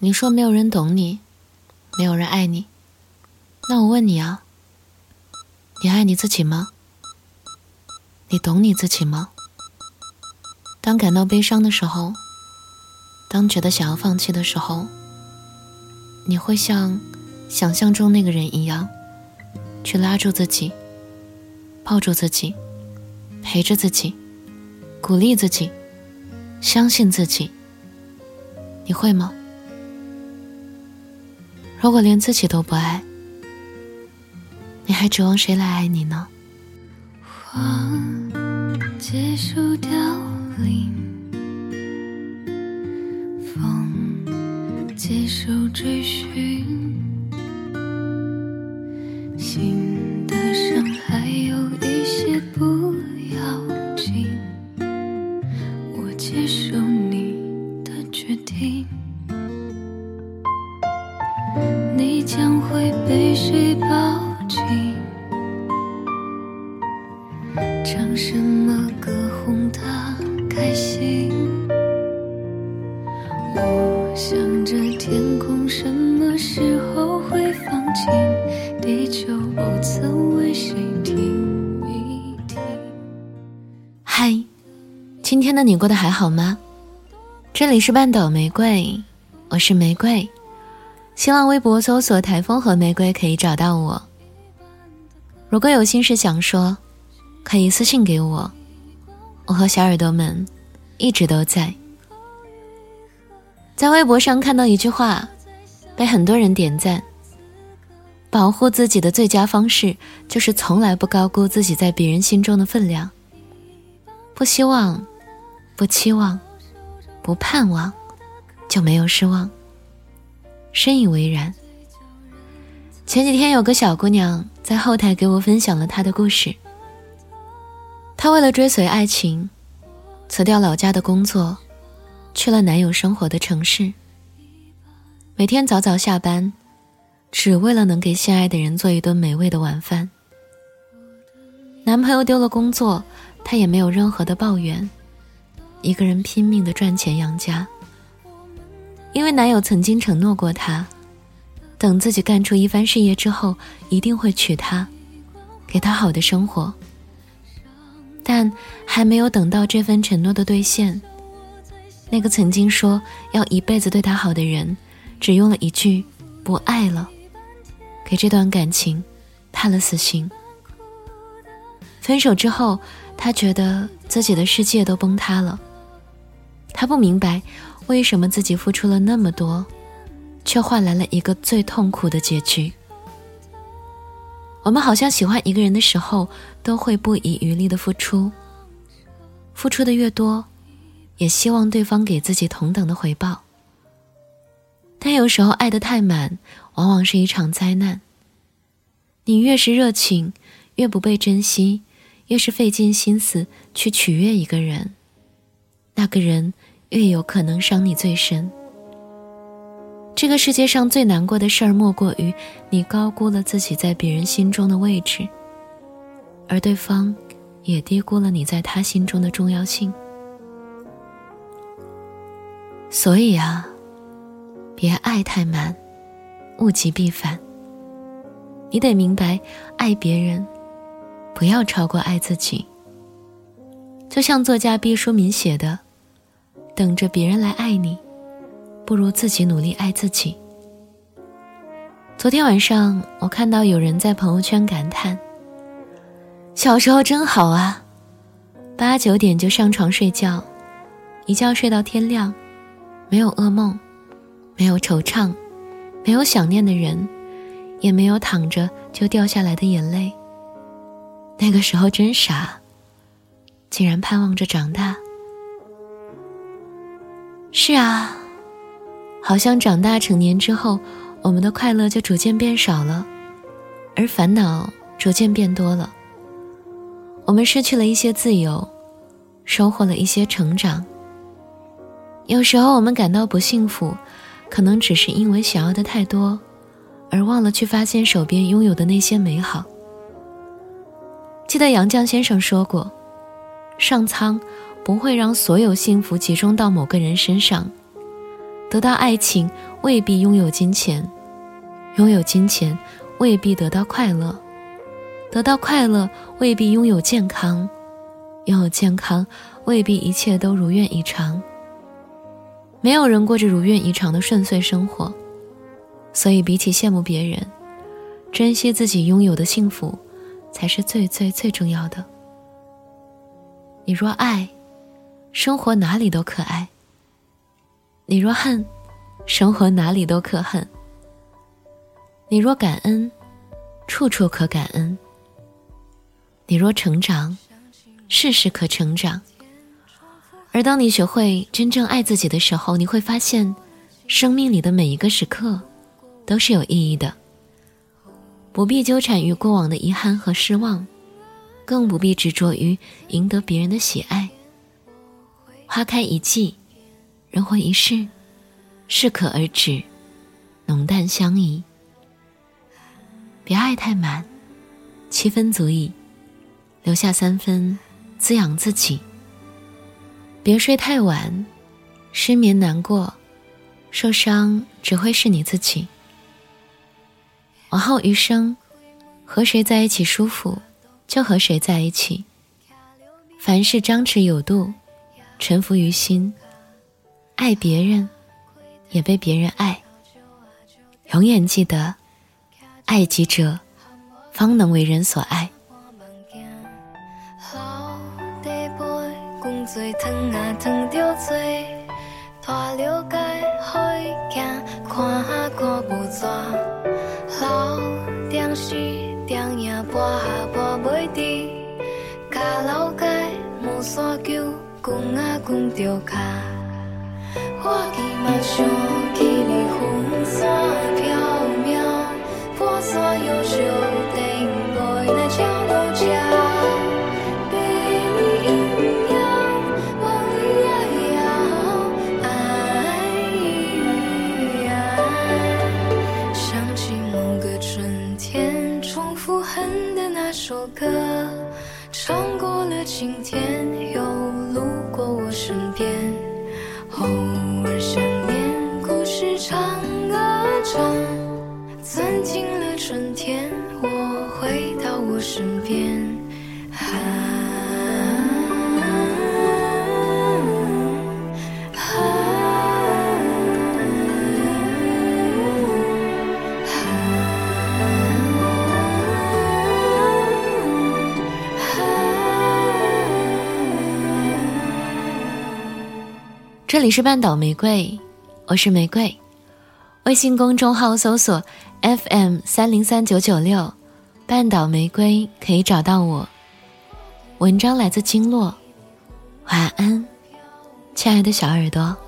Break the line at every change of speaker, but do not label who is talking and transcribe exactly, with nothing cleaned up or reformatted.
你说没有人懂你，没有人爱你，那我问你啊，你爱你自己吗？你懂你自己吗？当感到悲伤的时候，当觉得想要放弃的时候，你会像想象中那个人一样，去拉住自己，抱住自己，陪着自己，鼓励自己，相信自己。你会吗？如果连自己都不爱，你还指望谁来爱你呢？
花结束凋零，风接受追寻，心的伤还有一些不要紧，我接受你的决定。你将会被谁抱紧？唱什么歌哄他开心？我想着天空什么时候会放晴，地球不曾为谁停一停。
嗨，今天的你过得还好吗？这里是半岛玫瑰，我是玫瑰。新浪微博搜索台风和玫瑰可以找到我。如果有心事想说，可以私信给我，我和小耳朵们一直都在。在微博上看到一句话，被很多人点赞：保护自己的最佳方式就是从来不高估自己在别人心中的分量。不希望，不期望，不盼望，就没有失望。深以为然。前几天有个小姑娘在后台给我分享了她的故事。她为了追随爱情，辞掉老家的工作，去了男友生活的城市。每天早早下班，只为了能给心爱的人做一顿美味的晚饭。男朋友丢了工作，她也没有任何的抱怨，一个人拼命地赚钱养家。因为男友曾经承诺过她，等自己干出一番事业之后，一定会娶她，给她好的生活。但还没有等到这份承诺的兑现，那个曾经说要一辈子对她好的人，只用了一句不爱了，给这段感情判了死刑。分手之后，她觉得自己的世界都崩塌了。她不明白为什么自己付出了那么多，却换来了一个最痛苦的结局。我们好像喜欢一个人的时候，都会不遗余力的付出，付出的越多，也希望对方给自己同等的回报。但有时候爱得太满，往往是一场灾难。你越是热情，越不被珍惜，越是费尽心思去取悦一个人，那个人越有可能伤你最深。这个世界上最难过的事儿，莫过于你高估了自己在别人心中的位置，而对方也低估了你在他心中的重要性。所以啊，别爱太满，物极必反。你得明白，爱别人不要超过爱自己。就像作家毕淑敏写的，等着别人来爱你，不如自己努力爱自己。昨天晚上我看到有人在朋友圈感叹，小时候真好啊，八九点就上床睡觉，一觉睡到天亮，没有噩梦，没有惆怅，没有想念的人，也没有躺着就掉下来的眼泪。那个时候真傻，竟然盼望着长大。是啊，好像长大成年之后，我们的快乐就逐渐变少了，而烦恼逐渐变多了。我们失去了一些自由，收获了一些成长。有时候我们感到不幸福，可能只是因为想要的太多，而忘了去发现手边拥有的那些美好。记得杨绛先生说过，上苍不会让所有幸福集中到某个人身上，得到爱情未必拥有金钱，拥有金钱未必得到快乐，得到快乐未必拥有健康，拥有健康未必一切都如愿以偿。没有人过着如愿以偿的顺遂生活，所以比起羡慕别人，珍惜自己拥有的幸福才是最最最重要的。你若爱，生活哪里都可爱；你若恨，生活哪里都可恨；你若感恩，处处可感恩；你若成长，事事可成长。而当你学会真正爱自己的时候，你会发现生命里的每一个时刻都是有意义的，不必纠缠于过往的遗憾和失望，更不必执着于赢得别人的喜爱。花开一季，人活一世，适可而止，浓淡相宜。别爱太满，七分足矣，留下三分滋养自己。别睡太晚，失眠难过，受伤只会是你自己。往后余生，和谁在一起舒服，就和谁在一起。凡事张弛有度，臣服于心，爱别人，也被别人爱。永远记得，爱己者，方能为人所爱。做糖啊糖着做，拖了街可以行，看下看无纸。老电视电影播下播袂滴，卡老街无线球，滚啊滚着卡。我记嘛想起你云山飘渺，半山摇小灯杯来照路家。首歌唱过了晴天，又路过我身边，偶尔想念，故事唱啊唱，暂停了春天，我回到我身边。啊这里是半岛玫瑰，我是玫瑰。微信公众号搜索 F M 三零三九九六，半岛玫瑰可以找到我。文章来自经络，晚安，亲爱的小耳朵。